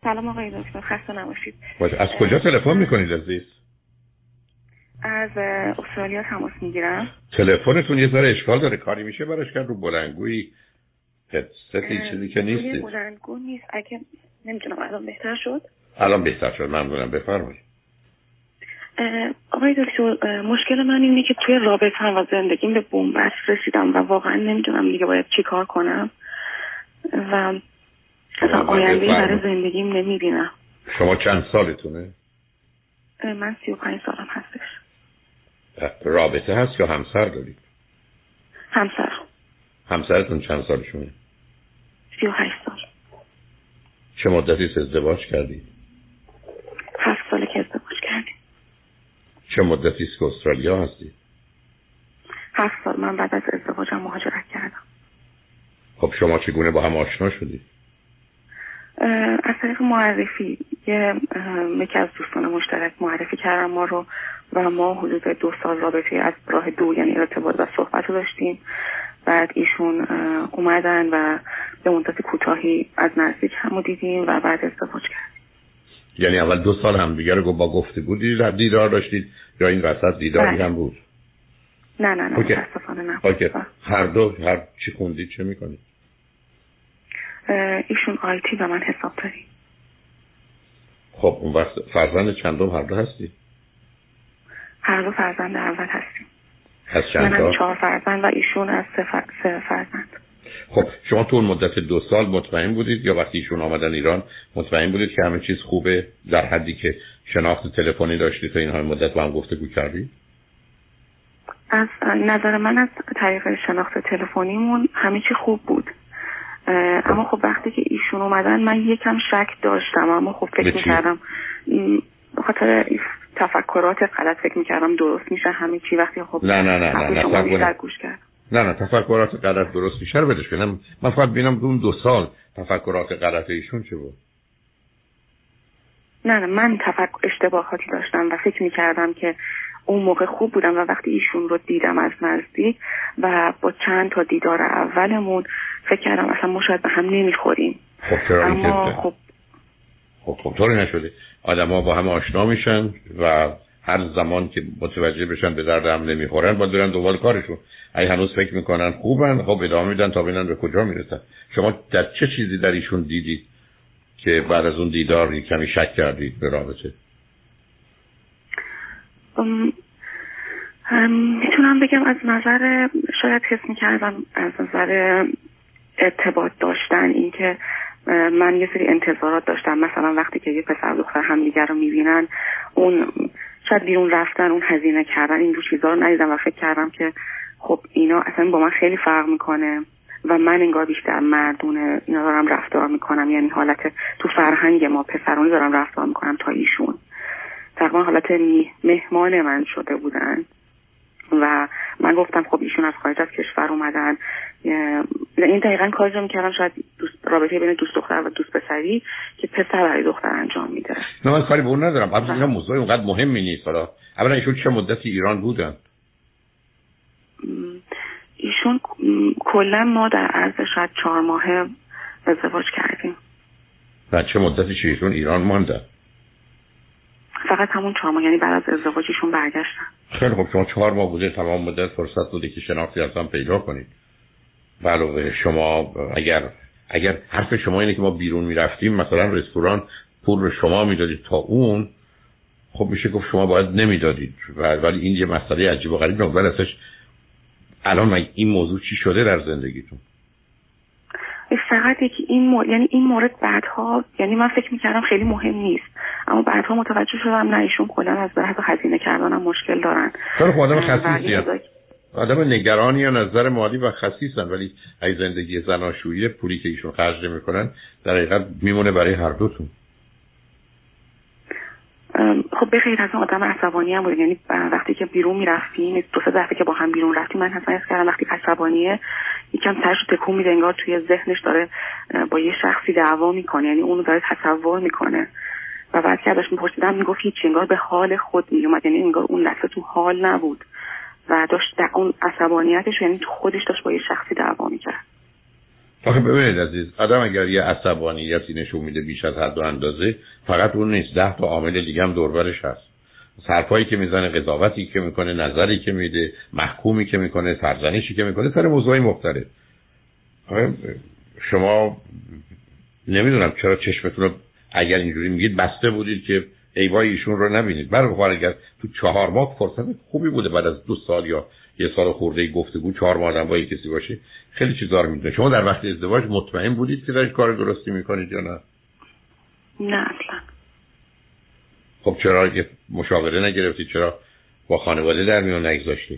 سلام آقای دکتر، خسته نباشید. از کجا تلفن میکنید عزیز؟ از استرالیا تماس میگیرم. تلفنتون یه ذره اشکال داره، کاری میشه براش کرد رو بلندگویی هدستی چیزی که نیستید؟ بلندگو نیست. اگه نمیدونم الان بهتر شد؟ الان بهتر شد، ممنونم، بفرمایید. آقای دکتر، مشکل من اینه که توی رابطه و زندگیم به بنبست رسیدم و واقعا نمیدونم دیگه باید چی کار کنم و اصلا آینده برای زندگیم نمیبینم. شما چند سالتونه؟ من 35 سالم هستش. رابطه هست یا همسر دارید؟ همسر. همسرتون چند سالشونه؟ 38 سال. چه مدتی ازدواج کردید؟ 7 ساله که ازدواج کردیم. چه مدتی که استرالیا هستید؟ 7 سال. من بعد از ازدواجم مهاجرت کردم. خب شما چگونه با هم آشنا شدید؟ از طریق معرفی. یکی از دوستان مشترک معرفی کردن ما رو و ما حدود 2 سال رابطه از راه دور، یعنی ارتباط و صحبت رو داشتیم. بعد ایشون اومدن و به مدت کوتاهی از نزدیک همو دیدیم و بعد ازدواج کردیم. یعنی اول 2 سال هم دیگه رو با گفتگو دیدار داشتید یا این وسط دیداری هم بود؟ نه متاسفانه نه. هر چی خوندید چه میکنید؟ ایشون آیتی و من حسابداری. خب اون وقت فرزند چندم هر دو هستی؟ هر دو فرزند اول هستیم. از چند تا؟ من 4 فرزند و ایشون از 3 فرزند. خب شما تو اون مدت 2 سال مطمئن بودید یا وقتی ایشون آمدن ایران مطمئن بودید که همه چیز خوبه در حدی که شناخت تلفنی داشتید تا این های مدت با هم گفتگو کردید؟ از نظر من از طریق شناخت تلفنیمون همه چی خوب بود. اما خب وقتی که ایشون اومدن من یکم شک داشتم، اما خب فکر می‌کردم به خاطر تفکرات غلط فکر می‌کردم درست میشه همه چی. وقتی خب نه تفکرات غلط درست میشه رو بدش کنم. من فقط ببینم اون 2 سال تفکرات غلط ایشون چه بود؟ نه من اشتباهاتی داشتم و فکر می‌کردم که اون موقع خوب بودم و وقتی ایشون رو دیدم از نزدیک و با چند تا دیدار اولمون فکر کردم اصلا ما شاید به هم نمیخوریم. خب چرا اما خب طوری نشده. آدم‌ها با هم آشنا میشن و هر زمان که متوجه بشن به درد هم نمیخورن با دورن دوباره کارشون. اگه هنوز فکر میکنن خوبن خب ادامه میدن تا ببینن به کجا میرسن. شما در چه چیزی در ایشون دیدید که بعد از اون دیدار کمی شک کردید به رابطه؟ میتونم بگم از نظر شاید حس میکردم از نظر ارتباط داشتن، این که من یه سری انتظارات داشتم، مثلا وقتی که یه پسر دختر هم دیگر رو میبینن اون شاید بیرون رفتن، اون هزینه کردن، این جور چیزا رو ندیدم و فکر کردم که خب اینا اصلا با من خیلی فرق میکنه و من انگار بیشتر مردونه اینا دارم رفتار میکنم، یعنی حالت تو فرهنگ ما پسرانی دارم رفتار میکنم تا ایشون تقریبا حالت مهمان من شده بودن و من گفتم خب ایشون از خارج از کشور اومدن، این دقیقاً کاری رو میکردم شاید رابطه بین دوست دختر و دوست پسری که پسر برای دختر انجام میده. نه من کاری به اون ندارم، البته اینا موضوع اونقدر مهمی نیست. حالا اولا ایشون چه مدتی ایران بودن؟ ایشون کلا ما در عرض شاید 4 ماه ازدواج کردیم. و چه مدتی که ایشون ایران ماندن؟ فقط همون 4 ماه، یعنی بعد از ازدواجشون برگشتن. خیلی خب شما 4 ماه بوده، تمام مدت فرصت بوده که شناختی از هم پیدا کنید. علاوه شما اگر حرف شما اینه که ما بیرون میرفتیم مثلا رستوران پول رو شما میدادید تا اون، خب میشه گفت شما باید نمیدادید، ولی این یه مسئله عجیب و غریبه. ولی اصلاش الان این موضوع چی شده در زندگیتون؟ فقط یعنی این مورد بعدها، یعنی من فکر میکردم خیلی مهم نیست اما بعدها متوجه شدم نه ایشون کلا از بحث هزینه کردنم مشکل دارن. خیلی خب آدم خسیسی هست، آدم نگرانی یا نظر مالی و خسیسن، ولی ای زندگی زناشویی پولی که ایشون خرج میکنن در حقیقت میمونه برای هر دوتون. خب به غیر از اون آدم عصبانی هم بود، یعنی وقتی که بیرون میرفتیم 2-3 دفعه که با هم بیرون رفتیم من حس کردم وقتی عصبانیه یکم سرش تکون میده، انگار توی ذهنش داره با یه شخصی دعوا میکنه، یعنی اونو داره تصور میکنه و بعد که ازش میپرسیدم میگفت هیچ، انگار به حال خود میومد، یعنی انگار اون لحظه تو حال نبود و داشت اون عصبانیتش یعنی تو خودش داشت با یه شخصی دعوا میکرد. آخه ببینید عزیز، آدم اگر یه عصبانیتی نشون میده بیش از حد و اندازه، فقط اون نیست، 10 تا عامل دیگه هم دور برش هست. حرفایی که میزنه، قضاوتی که میکنه، نظری که میده، محکومی که میکنه، سرزنشی که میکنه، سر موضوعی مختلف. شما نمیدونم چرا چشمتون رو اگر اینجوری میگید بسته بودید که ایوای ایشون رو نبینید. برای اگر تو 4 ماه فرصت خوبی بوده بعد از 2 سال یا 1 سال خورده گفتگو 4 ماه آدم با یک کسی باشه خیلی چیزا رو میدونه. شما در وقت ازدواج مطمئن بودید که دارید کار درستی میکنید یا نه؟ نه اصلا. خب چرا یه مشاوره نگرفتید؟ چرا با خانواده در میون نگذاشتید؟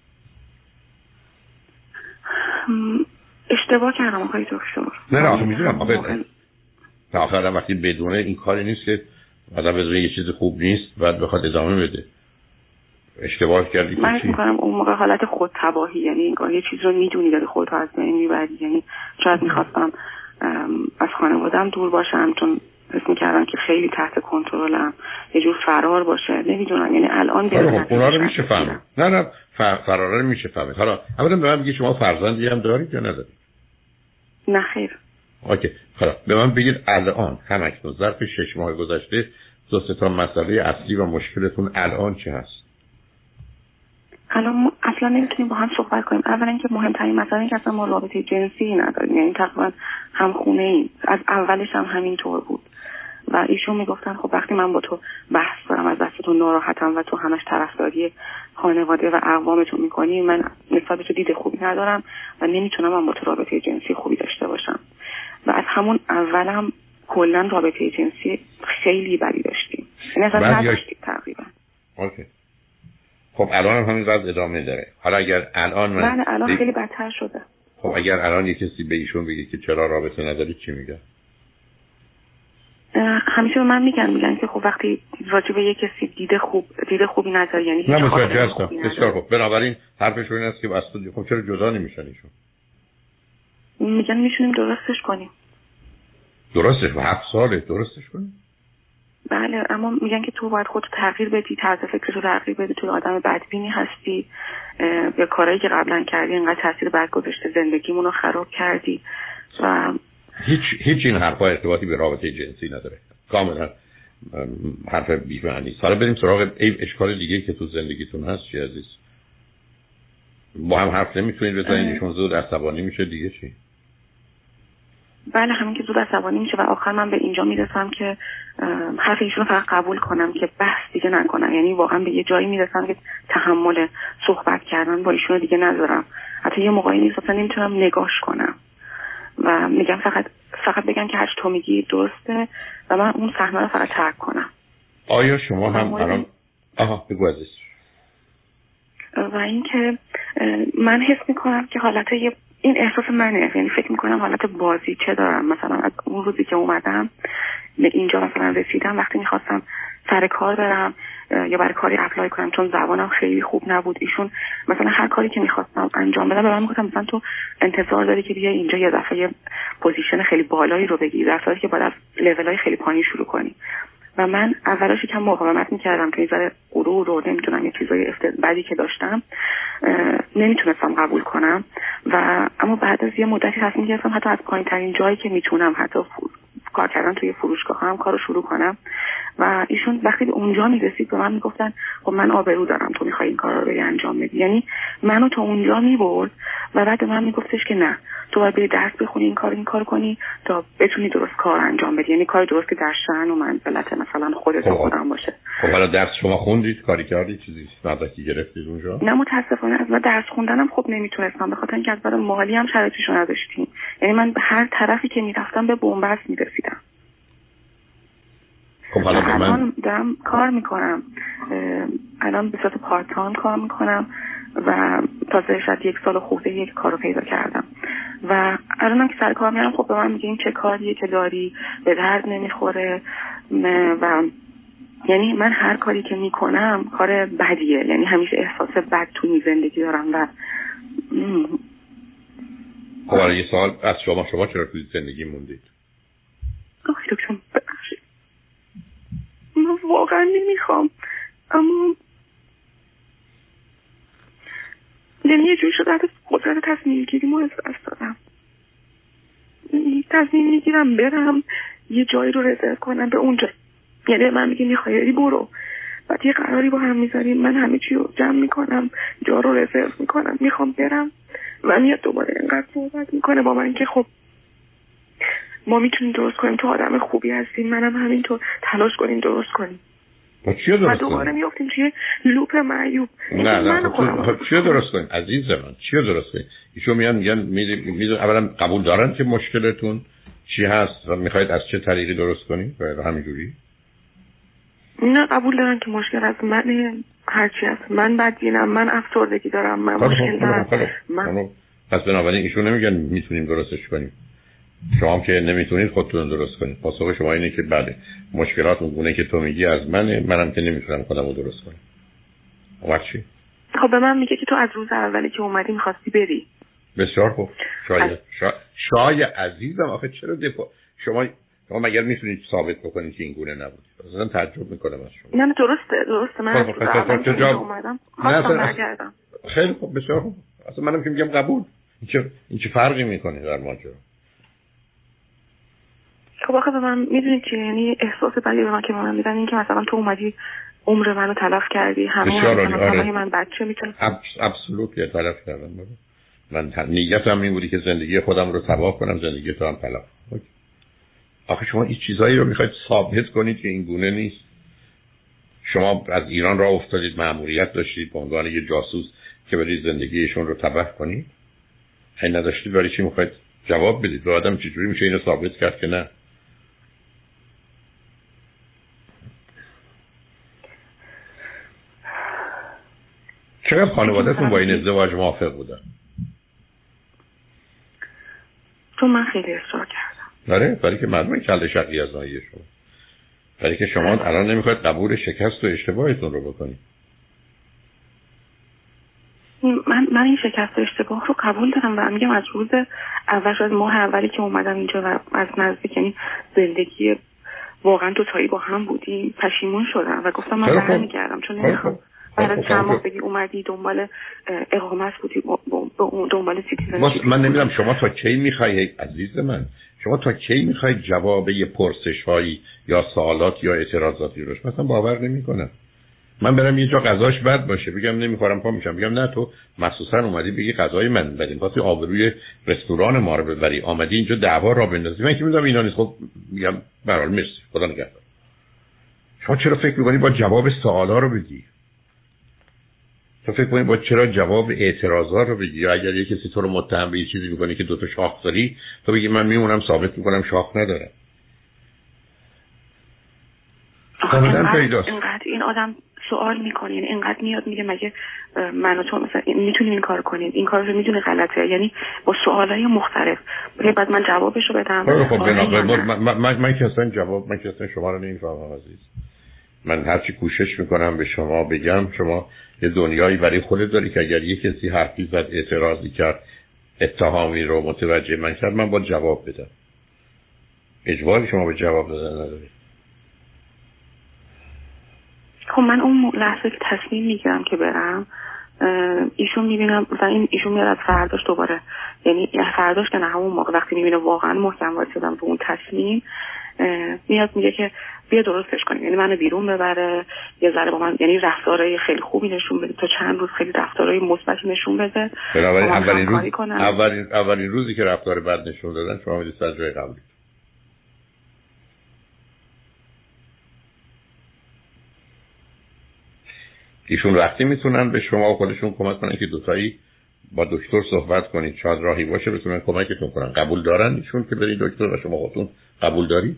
اشتباه کردم آقای دکتر. نه آخه میدونم آخه وقتی بدونه این کاری نیست که آدم بدونه یه چیز خوب نیست بعد بخواد ادامه بده. اشتباه کردی. من فکر می‌کنم اون موقع حالت خود تباهی، یعنی انگار یه چیز رو میدونی داری خودت از بین میبری. یعنی شاید میخواستم از خانواده‌ام دور باشم چون حس می‌کردم که خیلی تحت کنترلم، یه جور فرار باشه. نمیدونم، یعنی الان اونا رو میشه فهمید. نه فرار رو میشه فهمید. حالا اولا به من بگید شما فرزندی هم دارید یا ندارید؟ نه خیر. اوکی. حالا به من بگید الان همکنون ظرف 6 ماه گذشته 2 تا مسئله اصلی و مشکلتون الان چه هست؟ الان ما اصلا نمیتونیم با هم صحبت کنیم. اولا که مهمترین مسئله این که اصلا ما رابطه جنسی نداریم، یعنی تقریبا هم خونه ایم. از اولش هم همینطور بود و ایشون میگفتن خب وقتی من با تو بحث دارم از دست تو ناراحتم و تو همش طرفداری خانواده و اقوامتون میکنی، من نسبت به تو دید خوبی ندارم و نمیتونم من با تو رابطه جنسی خوبی داشته باشم. و از همون اولم کلا رابطه جنسی خیلی بدی داشتیم، یعنی اصلا نداشتیم تقریبا. اوکی. خب الان هم همین وضع ادامه داره. حالا اگر الان بله الان خیلی بدتر شده. خب اگر الان یه کسی به ایشون بگه که چرا رابطه نداری چی میگه؟ همیشه به من میگن که خب وقتی راجع به یه کسی دید خوبی نداری، یعنی نه متوجه هستم. بسیار خوب. بنابراین حرفشون این است که اصلا خب چرا جدا نمیشن ایشون؟ میگن میشونیم درستش کنیم. درستش 7 ساله درستش کنیم؟ بله، اما میگن که تو باید خودتو تغییر بدی، طرز فکرتو تغییر بدی، تو آدم بدبینی هستی، به کارهایی که قبلا کردی اینقدر تاثیر بد گذاشته، زندگیمونو خراب کردی و هیچ این حرفا ارتباطی به رابطه جنسی نداره. کاملا حرف بی‌معنی است. حالا بریم سراغ اشکال دیگه که تو زندگیتون هست. چی عزیز؟ با هم حرف نمیتونید بزنید، ایشون زود عصبانی میشه، دیگه چی؟ بله همین که زود عصبانی میشه و آخر من به اینجا میرسم که حرف ایشون فقط قبول کنم که بحث دیگه نکنم. یعنی واقعا به یه جایی میرسم که تحمل صحبت کردن با ایشون دیگه ندارم. حتی یه موقعی نیست اصلا نمیتونم نگاش کنم و میگم فقط بگم که هرچی تو میگی درسته و من اون صحنه رو فقط ترک کنم. آیا شما هم الان بگو عزیز. و این که من حس میکنم که حالت این احساس منه، یعنی فکر میکنم حالت بازی چه دارم. مثلا از اون روزی که اومدم به اینجا مثلا رسیدم، وقتی میخواستم سر کار برم یا برای کاری اپلای کنم چون زبانم خیلی خوب نبود، ایشون مثلا هر کاری که میخواستم انجام بدم به من میگفتن مثلا تو انتظار داری که بیای اینجا یه دفعه یه پوزیشن خیلی بالایی رو بگیری در صورتی که باید از لول‌های خیلی پایین شروع کنی. و من اولش یکم مقاومت میکردم که یه غرور رو نمیتونم یه چیزای بعدی که داشتم نمیتونستم قبول کنم و اما بعد از یه مدتی تصمیم گرفتم حتی از پایین ترین جایی که میتونم حتی کار کردن توی فروشگاه هم کارو شروع کنم. و ایشون وقتی به اونجا میرسید به من میگفتن خب من آبرو دارم تو میخوای این کارا رو انجام بدی، یعنی منو تا اونجا میبرد و بعد به من میگفتش که نه تو باید بری درس بخونی این کار کنی تا بتونی درست کار انجام بدی، یعنی کار درست که در شأن و منزلت مثلا خودت و خودم باشه. خب حالا درس شما خوندید، کاری کردید، چیزی مدرکی گرفتید اونجا؟ نه متاسفانه از درس خوندنم خب نمیتونستم به خاطر اینکه از بعد مالی هم شرایطشو نداشتیم، یعنی من به هر طرفی که میرفتم به بنبست میرسیدم. خب حالا الان دارم کار میکنم، الان به صورت پارت تایم کار میکنم و تازه شاید 1 سال خورده یک کارو پیدا کردم و الانم که سر کار میرم خب به من میگه این چه کاریه که داری، به درد نمیخوره و یعنی من هر کاری که میکنم کار بدیه، یعنی همیشه احساس بد تو این زندگی دارم و خب حالا یه سوال از شما چرا توی زندگی موندید؟ آخی دکتر ببخشید من واقعا نمیخوام، اما یعنی یه جوری شده قدرت تصمیم گیری ما از دست دادم. تصمیم میگیرم برم یه جایی رو رزرو کنم به اونجا، یعنی من میگه میخوای برو، بعد یه قراری با هم میذاریم، من همه چی رو جمع میکنم، جا رو رزرو میکنم، میخوام برم و میاد دوباره اینقدر صحبت میکنه با من که خب ما میتونیم درست کنیم، تو آدم خوبی هستیم، منم همینطور، تلاش کنیم درست کنیم. و دوباره میافتیم توی لوپ معیوب. نه خب چیو درست کنیم عزیز من؟ چیو درست کنیم؟ ایشون میگن میدون اولا قبول دارن که مشکلتون چی هست و میخواید از چه طریقی درست کنیم؟ همینجوری؟ نه قبول دارن که مشکل از من، هرچی هست، من بدبینم، من افسردگی دارم، من مشکل دارم. پس بنابراین ایشون نمیگن میتونیم درستش کنیم، شما هم که نمیتونید خودتون درست کنید. پاسخ شما اینه که بله مشکلات اون گونه که تو میگی از منم که نمیتونم خودم رو درست کنم. اما چی؟ خب به من میگه که تو از روز اولی که اومدی میخواستی بری. بسیار خوب. شاید عزیزم آخه چرا شما مگر میتونید ثابت بکنید که این گونه نبود؟ اصلا تعجب میکنم از شما. نه درسته من اومدم خواستم برگردم. خیلی خوب بسیار خوب. اصلا منم که میگم قبول. این چه فرقی میکنه در ماجرا؟ خب آخه به من میدونید که یعنی احساس بدی به من که من میدن این که مثلا تو اومدی عمر منو تلف کردی، همه من بچه میتونم ابسولوتلی تلف کردم. من نیتم این بودی که زندگی خودم رو تباه کنم، زندگی تو هم تلف. آخه شما این چیزایی رو میخواید ثابت کنید که این گونه نیست. شما از ایران راه افتادید، مأموریت داشتید به عنوان یه جاسوس که برید زندگیشون رو تباه کنید. خیلی نداشتید، برای چی میخواید جواب بدید؟ به آدم چجوری میشه اینو ثابت کرد که نه؟ چقدر خانواده‌تون با این ازدواج موافق بودن؟ تو من خیلی اصرار کردم. آره، برای که معلومه کله شقی از ناحیه شما. برای که شما الان نمیخواید قبول شکست و اشتباهتون رو بکنید. من این شکست و اشتباه رو قبول دارم و میگم از روز اول، از ماه اولی که اومدم اینجا و از نزدیک، یعنی زندگی واقعا دوتایی با هم بودیم، پشیمون شدم و گفتم من برمیگردم چون نمیخوام بعد از چند ماه بگی اومدی دنبال اقامت بودی، دنبال سیتیزنشیپ. من نمیدونم شما تا کی میخوای عزیز من، شما تا کی میخواید جواب یه پرسش‌هایی یا سوالات یا اعتراضاتی روش؟ مثلا باور نمی‌کنم من برم یه جا غذاش بد باشه بگم نمیخورم پا میشم، بگم نه تو مخصوصا اومدی بگی غذای من بدین، واسه آبروی رستوران ما رو ببری، آمدی اینجا دعوا را بندازی. من که میدونم اینا نیست. خب میگم به هر حال مرسی، خدا نگهدار. شما چرا فکر می‌کنی با جواب سوالا رو بگی؟ تو فکر کنی با چرا جواب اعتراضا رو بگی؟ یا اگر یه کسی تو رو متهم به یه چیزی می‌کنه که دو تا شاخ داری، تو بگی من میمونم ثابت می‌کنم شاخ نداره. اینقدر این آدم سوال میکنه، یعنی اینقدر میاد میگه مگه من و تو مثلا میتونیم این کار کنیم، این کار رو میدونه غلطه، یعنی با سوالای مختلف بعد من جوابش رو بدم. خب من که اصلا شما رو نمیفهمم عزیز. من هرچی کوشش میکنم به شما بگم، شما یه دنیایی برای خودت داری که اگر یه کسی حرفی زد، اعتراضی کرد، اتهامی رو متوجه من کرد، من باید جواب بدم. اجباری شما به جواب دادن نداری. خب من اون لحظه که تصمیم میگیرم که برم، ایشون میبینم مثلا ایشون میاد از فرداش دوباره، یعنی فرداش که نه همون موقع وقتی میبینه واقعا محکم وایسادم به اون تصمیم، میاد میگه که بیا درستش کنیم، یعنی منو بیرون ببره، یه ذره با من یعنی رفتارهای خیلی خوبی نشون بده، تا چند روز خیلی رفتارهای مثبتی نشون بده. اولین روزی که رفتار بد نشون دادن شما میدید سر جای قبلی. ایشون وقتی میتونن به شما و خودشون کمک کنن که دوتایی با دکتر صحبت کنید، شاید راهی باشه بتونن کمکتون کنن. قبول دارن ایشون که برید دکتر و شما خودتون قبول دارید؟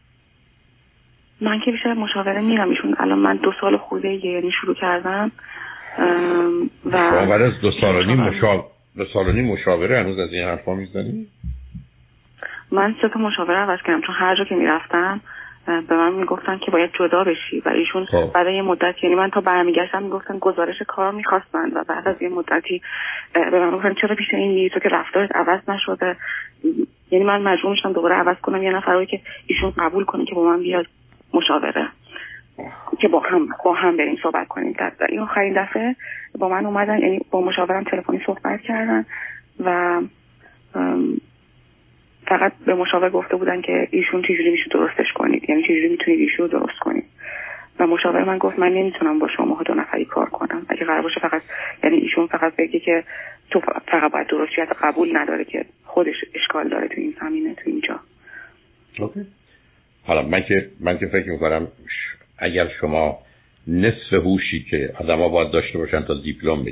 من که بیشتر مشاوره میرم. ایشون الان من 2 سال خورده یعنی شروع کردم و شما بعد از 2 سال و نیم مشاوره هنوز از این حرفا میزنی؟ من 3 تا مشاوره عوض کردم چون هر جا که میرفتم به من میگفتن که باید جدا بشی و ایشون بعد از یه مدت، یعنی من تا برمیگشتم میگفتن گزارش کار میخواستن و بعد از یه مدتی به من گفتن چرا پیش این میری تو که رفتارت عوض نشده، یعنی من مجبور شدم دوباره عوض کنم یه نفری که ایشون قبول کنه که با من بیاد مشاوره که با هم بریم صحبت کنیم. در این آخرین دفعه با من اومدن، یعنی با مشاورم تلفنی صحبت کردن و فقط به مشاور گفته بودن که ایشون چجوری میشه درستش کنید، یعنی چجوری میتونید ایشون رو درست کنید. و مشاور من گفت من نمیتونم با شما 2 نفری کار کنم. اگه قرار باشه فقط یعنی ایشون فقط بگه که تو فقط باید درست شی، قبول نداره که خودش اشکال داره تو این زمینه، تو اینجا. اوکی. حالا من که فکر می‌کنم اگر شما نصف هوشی که آدم‌ها باید داشته باشن تا دیپلم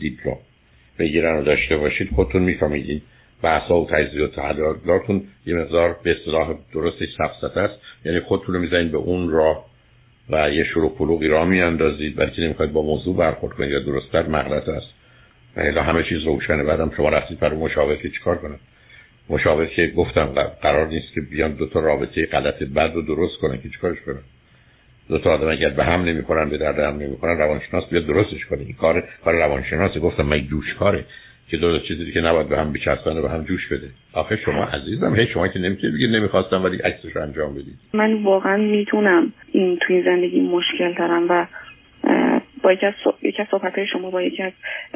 بگیرن و داشته باشید، خودتون می‌فهمید این بحث‌ها و تجزیه و تحلیلاتتون یه مقدار به اصطلاح درستش سفسطه است، یعنی خودتون رو می‌ذارید به اون راه و یه شروع پلوغی راه میاندازید، بلکه نمیخواید با موضوع برخورد کنید یا درست‌تر مغلط است. و همه چیز روشنه. بعدم شما رفتید برای مشاور که چیکار کنه؟ مشاور که گفتم قرار نیست که بیان 2 تا رابطه غلط بد رو درست کنن که چیکارش کنن. 2 تا آدم اگر به هم نمیخورن، به درد هم نمیخورن، روانشناس بیاد درستش کنه. این کار روانشناسه. گفتم من جوش کاره که 2 چیزی که نباید به هم بچسبن و به هم جوش بده. آخه شما عزیزم، هی شما که نمیتونید بگید نمیخواستم ولی عکسش رو انجام بدید. من واقعا میتونم این توی زندگی مشکل دارم و با یکی از صحبت‌های شما با یکی از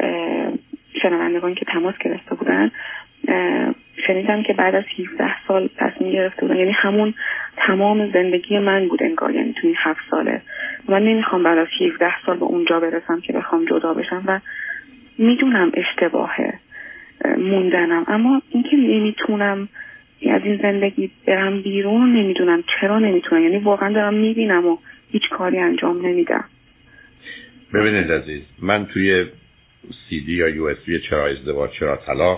شنوندگان که تماس گرفته بودن شنیدم که بعد از 17 سال تصمیم گرفته بودن، یعنی همون تمام زندگی من بود انگار، یعنی توی این 7 ساله. من نمیخوام بعد از 17 سال به اونجا برسم که بخوام جدا بشم و میدونم اشتباهه موندنم، اما اینکه نمیتونم از این زندگی برم بیرون نمیدونم چرا نمیتونم، یعنی واقعا دارم میبینم و هیچ کاری انجام نمیدم. ببینید عزیز، من توی CD یا USB چرا ازدواج چرا طلاق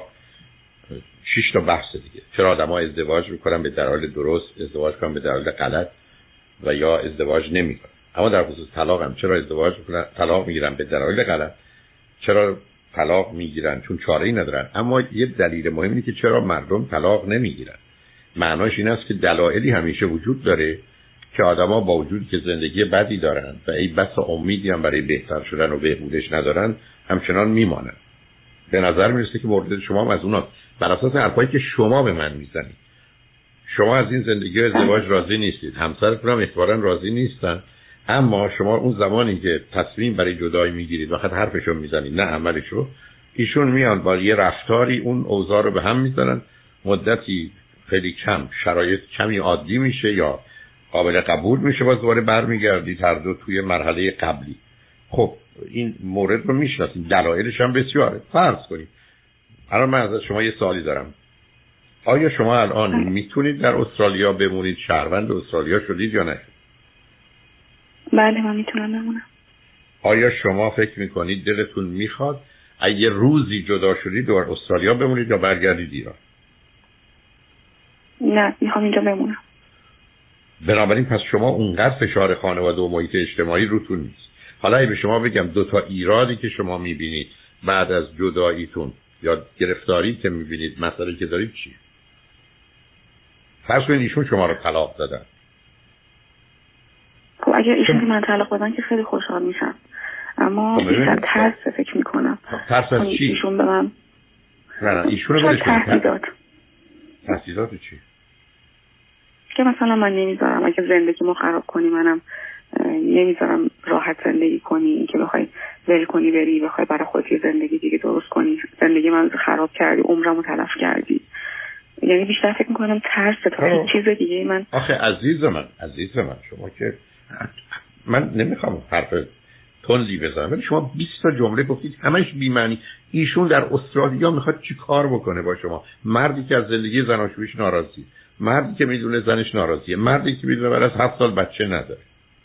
6 تا بحث دیگه. چرا آدم‌ها ازدواج میکنن به دلایل درست، ازدواج میکنن به دلایل غلط و یا ازدواج نمیکنن. اما در خصوص طلاق هم چرا ازدواج میکنن، طلاق میگیرن به دلایل غلط، چرا طلاق میگیرن چون چاره‌ای ندارن. اما یه دلیل مهم اینه که چرا مردم طلاق نمیگیرن. معناش این است که دلایلی همیشه وجود داره که آدما با وجود که زندگی بدی دارن و ای بس امیدی هم برای بهتر شدن و بهبودش ندارن، همچنان میمانن. به نظر میرسه که مورد شما هم از اوناست. بر اساس حرفایی که شما به من میزنید، شما از این زندگی و ازدواج راضی نیستید، همسرتون هم احتمالاً راضی نیستن، اما شما اون زمانی که تصمیم برای جدایی میگیرید وقت حرفشو میزنید نه عملشو، ایشون میان با یه رفتاری اون اوضاع رو به هم میزنن. مدتی خیلی کم شرایط کمی عادی میشه یا قابل قبول میشه، باز دوباره برمیگردید هر دو توی مرحله قبلی. خب این مورد رو میشناسید، دلایلش هم بسیاره. فرض کنید الان من از شما یه سوالی دارم، آیا شما الان میتونید در استرالیا بمونید؟ شهروند استرالیا شدید یا نه؟ بله من میتونم بمونم. آیا شما فکر میکنید دلتون میخواد اگه روزی جدا شدید در استرالیا بمونید یا برگردید ایران؟ نه میخوام اینجا بمونم. بنابراین پس شما اونقدر فشار خانواده و محیط اجتماعی روتون نیست. حالا اگه به شما بگم 2 تا ایرادی که شما میبینید بعد از جداییتون یا گرفتاری که میبینید، مسئله که دارید چیه؟ فرض کنید ایشون شما رو طلاق دادن. خب اگه ایشون که من طلاق بدن که خیلی خوشحال میشم، اما بیشتر ترس فکر میکنم. ترس از چی؟ ایشون به من نه ایشون رو تهدیدات چی؟ که مثلا من نمیذارم اگه زندگی ما خراب کنی، منم نمیذارم راحت زندگی کنی، که بخوای ول کنی بری بخوای برای خودت زندگی دیگه درست کنی، زندگی من خراب کردی، عمرمو تلف کردی. یعنی بیشتر فکر میکنم ترس تا هیچ چیز دیگه. من آخه عزیز من شما که من نمیخوام حرف تندی بزنم ولی شما 20 تا جمله گفتید همش بی معنی. ایشون در استرالیا میخواد چی کار بکنه با شما؟ مردی که از زندگی زناشوییش ناراضی، مردی که میدونه زنش ناراضیه، مردی که میدونه بعد از 7 سال بچه نداره.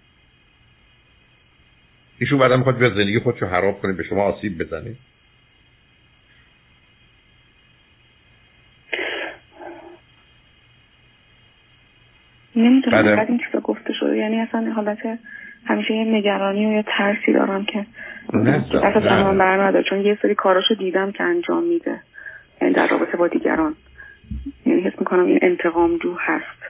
ایشون بعدا میخواد به زندگی خودشو خراب کنه، به شما آسیب بزنه. نمیدونم بعد این چیزا گفته شده، یعنی اصلا حالت همیشه یه نگرانی و یه ترسی دارم که اصلا من برنامه، چون یه سری کاراشو دیدم که انجام میده، یعنی در رابطه با دیگران، یعنی حس میکنم این انتقام جو هست.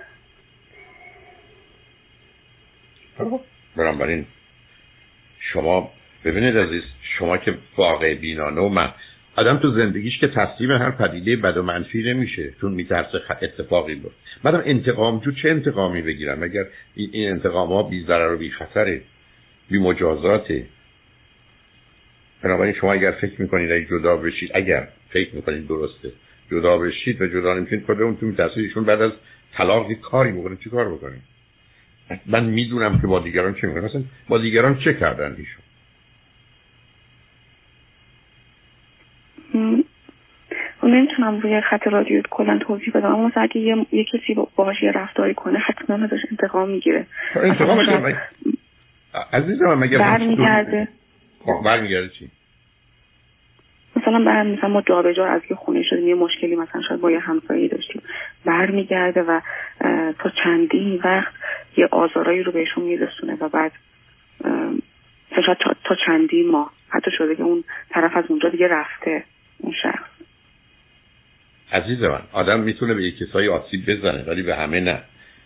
بنابراین شما ببینید عزیز، شما که واقع بینانه و من آدم تو زندگیش که تسلیم هر پدیده بد و منفی نمیشه، چون میترسه اتفاقی بیفته. بعدم انتقام جو چه انتقامی بگیرم اگر این انتقام ها بی ضرر و بی خطره، بی مجازاته. بنابراین شما اگر فکر میکنید اگه جدا بشید، اگر فکر میکنید درسته جدا بشید و جدا نمیشید خودمون تو تاثیرشون بعد از طلاق کاری میکنه. چی کار بکنیم؟ من میدونم که با دیگران چه میکنن. مثلا با دیگران چه کردن ایشون؟ نمیتونم روی خط رادیو کلا توضیح بدم، اما مثلا اگه یه کسی باهاش یه رفتاری کنه حتما ازش انتقام میگیره. انتقام میگیره عزیزم. مگه برمیگرده چی؟ مثلا ما جابجا از یه خونه شدیم، یه مشکلی مثلا شاید با یه همسایه‌ای داشتیم، برمیگرده و تا چندین وقت یه آزارایی رو بهشون میرسونه و بعد شاید تا چندین ماه حتی شده که اون طرف از اونجا دیگه رفته اون شخص. عزیز من، آدم میتونه به یک کسایی آسیب بزنه ولی به همه نه.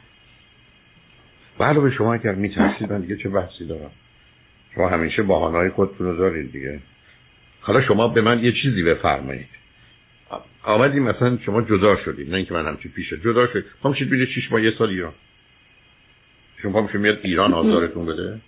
و علاوه شما اگر میترسید من دیگه چه بحثی دارم؟ شما همیشه بهانه‌های خودتون رو دارید دیگه. حالا شما به من یه چیزی بفرمایید. آمدیم مثلا شما جدا شدید، نه اینکه من همچی پیشه جدا شد، پامشید بیره 6 ماه 1 سال ایران. شما پامشید میاد ایران آزارتون بده؟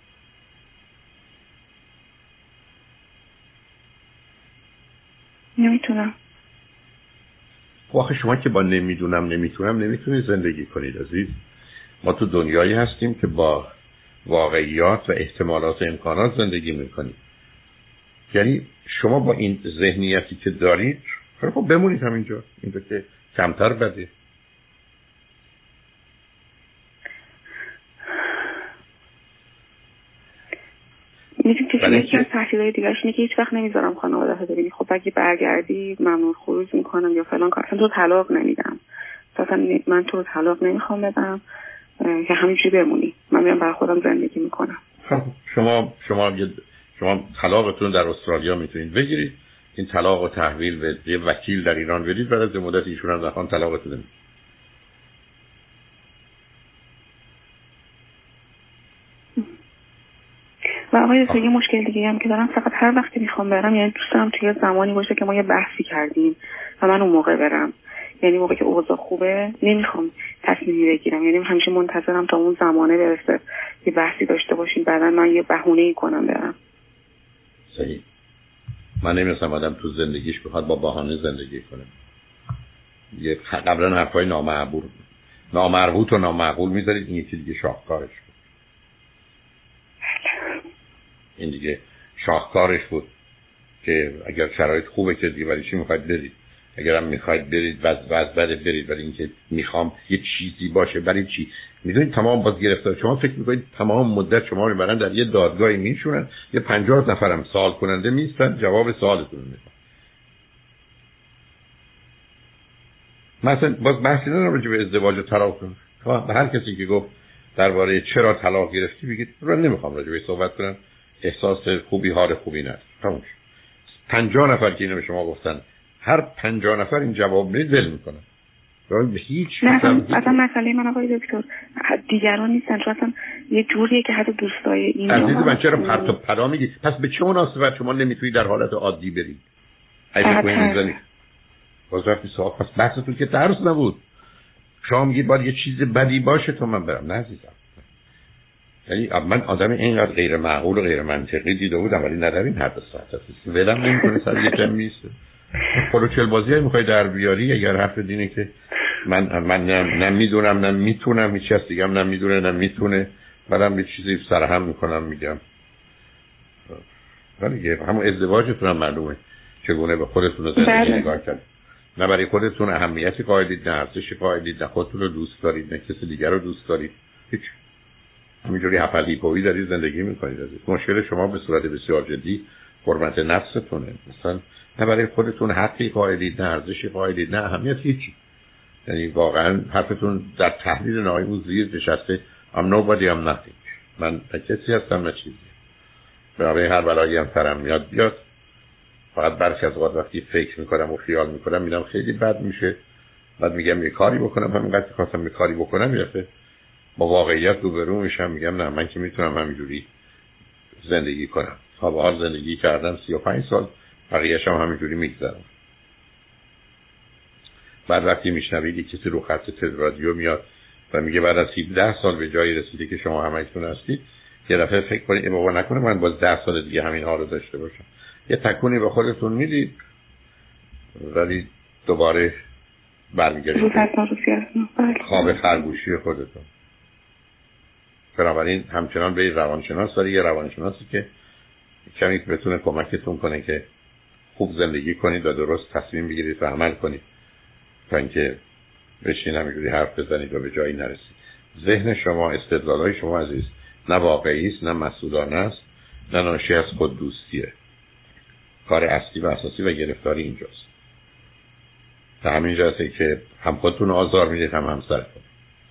نمیتونم. آخه شما که با نمیتونم نمیتونید زندگی کنید عزیز. ما تو دنیایی هستیم که با واقعیات و احتمالات و امکانات زندگی میکنیم. یعنی شما با این ذهنیتی که دارید خب بمونید همینجا، اینجا که کمتر بده. میدونی یکی از تحصیلای دیگرش اینه که هیچ وقت نمیذارم خانواده ها ببینی. خب اگه برگردی ممنون خروج میکنم یا فلان کار، اصلا تو طلاق نمیدم، اصلا من تو طلاق نمیخوام بدم که همینجوری بمونی، من میرم برای خودم زندگی میکنم. شما طلاقتون در استرالیا میتونید بگیرید، این طلاق و تحویل به یه وکیل در ایران بدید، بعد از مدت ایشون هم نخوان طلاقتون بدید. و آقای دکتر یه مشکل دیگه هم که دارم، فقط هر وقتی میخوام برم، یعنی دوست دارم توی زمانی باشه که ما یه بحثی کردیم و من اون موقع برم، یعنی موقعی که اوضاع خوبه نمیخوام تصمیمی بگیرم، یعنی همیشه منتظرم تا اون زمانه برسه یه بحثی داشته باشیم بعدا من یه بهونه‌ای کنم برم. صحیح. من نمی‌دونم آدم تو زندگیش بخواد با بهانه زندگی کنه. یه قبلا حرفای نامربوط و نامعقول میذارید، این یکی دیگه شاهکارش بود. این دیگه شاهکارش بود که اگر شرایط خوبه که دیگه ولی چی میخواید برید، اگر هم میخواید برید بعد برید، ولی اینکه میخوام یه چیزی باشه برای چی؟ میدونید تمام باز گرفتار شما فکر میکنید تمام مدت شما رو برن در یه دادگاهی میشونن، یه 50 نفرم سوال کننده میستن جواب سوالتون رو میدن. مثلا باز بحثی ندارم راجع به ازدواج و طلاق کنم. به هر کسی که گفت درباره چرا طلاق گرفتی بگید من نمیخوام راجع به صحبت کنم، احساس خوبی حال خوبی نداره. تموم. 50 نفر که اینو به شما گفتن، هر 50 نفر این جواب میدن ول میکنن. هیچ اصلا مسئله من آقای دکتر دیگران نیستن، چون اصلا یه جوریه که حتی دوستای این عزیز من چرا پرت و پلا میگی؟ پس به چه مناسبت شما نمیتونی در حالت عادی برید؟ اگه کوین میزنی باز وقتی سوال، پس بحثتون که درس نبود. شما میگید باید یه چیز بدی باشه تو من برم. نه عزیزم، یعنی من آدم اینقدر غیر معقول و غیر منطقی دیده بودم ولی نداریم هر ساعت هست ولم نمیکنه سر یه جمع میسته پروچل بازی میخوای در بیاری. اگر حرف دینه که من نه میدونم نه میتونم، هیچ کس دیگه هم نمیدونه نه میتونه، بعدم به چیزی سرهم میکنم میگم ولی همون ازدواجتون هم معلومه چگونه به خودتون رو زندگی نگاه کرد. نه برای خودتون اهمیتی قائلید، نه ارزشی قائلید، نه خودتون رو دوست دارید، نه کسی دیگر رو دوست دارید. هیچ. همینجوری هپلیپویی دارید زندگی میکنید. مشکل شما به صورت بسیار جدی حرمت نفستونه. مثلا نه برای خودتون حقی قائلید، نه ارزشی قائلید، نه اهمیت هیچی. یعنی واقعا حرفتون در تحلیل نهایی زیر نشسته I'm nobody I'm nothing. من کسی هستم نه چیزی. برای هر بلایی هم سرم میاد بیاد. فقط برخی از اوقات وقتی فکر میکنم و خیال میکنم میدم خیلی بد میشه، بعد میگم یه کاری بکنم، همینقدر که خواستم یه کاری بکنم میرفته با واقعیت روبرو میشم، میگم نه من که میتونم همینجوری زندگی کنم. تا به حال زندگی کردم 35 سال، بقیه‌اش هم همینجوری میگذرم. بعد وقتی میشنوید کسی رو خط رادیو میاد و میگه بعد از 17 سال به جایی رسیدی که شما همتون هستید، یه دفعه فکر کنید بابا نکنه من باز 10 سال دیگه همین حالو داشته باشم. یه تکونی به خودتون میدید ولی دوباره برمیگردید بله. خواب خرگوشی خودتون. بنابراین همچنان به روانشناس داری، یه روانشناسی که کمی بتونه کمکتون کنه که خوب زندگی کنید و درست تصمیم بگیرید و عمل کنید تا اینکه بشین همینجوری حرف بزنید و به جایی نرسید. ذهن شما، استدلالای شما عزیز نه واقعی است، نه مسئولانه است، نه ناشی از خود دوستیه. کار اصلی و اساسی و گرفتاری اینجاست. تا همین جاست که هم خودتون آزار میدید هم همسرتون.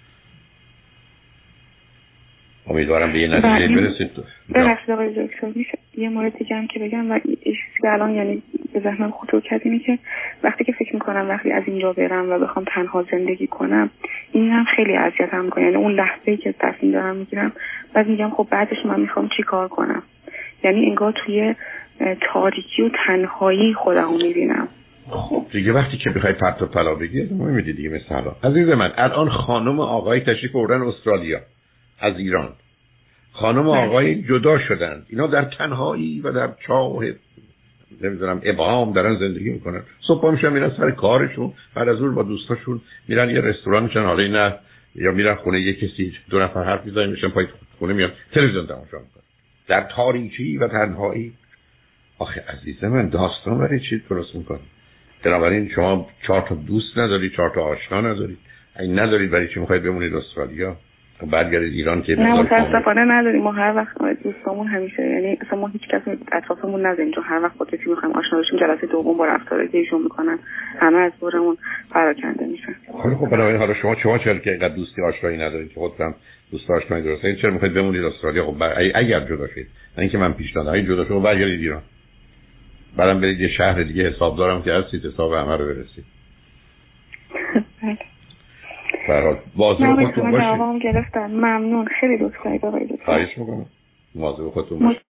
امیدوارم به یه نتیجه برسید. ببخشید آقای دکتر، میشه یه مورد دیگه هم که بگم و چیزی که الان یعنی به ذهنم خطور کرد اینه که وقتی که فکر میکنم وقتی از اینجا برم و بخوام تنها زندگی کنم، این هم خیلی اذیتم میکنه. یعنی اون لحظه‌ای که تصمیم دارم میگیرم بعد میگم خب بعدش من میخوام چی کار کنم. یعنی انگار توی تاریکی و تنهایی خودمو میبینم. خب دیگه وقتی که بخوای پرت و پلا بگی میدید دیگه. مثلا عزیز من الان خانم و آقای تشریف بردن استرالیا از ایران، خانم و آقای جدا شدن، اینا در تنهایی و در چاه نمیدونم ابهام دارن زندگی میکنن. صبح میشن میرن سر کارشون، بعد از اون با دوستاشون میرن یه رستوران میشن، حالا نه یا میرن خونه یه کسی، دو نفر حرف میزنن، میشن پای خونه میان تلویزیون تماشا میکنن در تاریکی و تنهایی. آخه عزیز من داستان برای چی درست میکنی؟ بنابراین شما 4 تا دوست ندارید، 4 تا آشنا ندارید. اگه ندارید برای چی میخواید بمونید استرالیا؟ برگردید ایران که نه متاسفانه نداریم. ما هر وقت دوستامون همیشه، یعنی اصلا ما هیچ کس اطرافمون نداریم، چون هر وقت با کسی میخوایم آشنا بشیم جلسه دوم با رفتاری که ایشون میکنن همه از دورمون پراکنده میشن. خب بنابراین حالا شما چرا که اینقدر دوستی آشنایی ندارید که خودتون دوست آشنایی درسته، چرا میخواید بمونید استرالیا؟ خب اگر جدا شید، نه اینکه من پیشنهاد جدا شما برگردید ایران، بعدم برید یه شهر دیگه حساب دارم که هستید حساب همه رو برسید. بله. فراد واضح خودتون باشید. جوابم گرفتن. ممنون، خیلی لطف کردید آقای دکتر. خواهش می‌کنم. واضح خودتون باشید.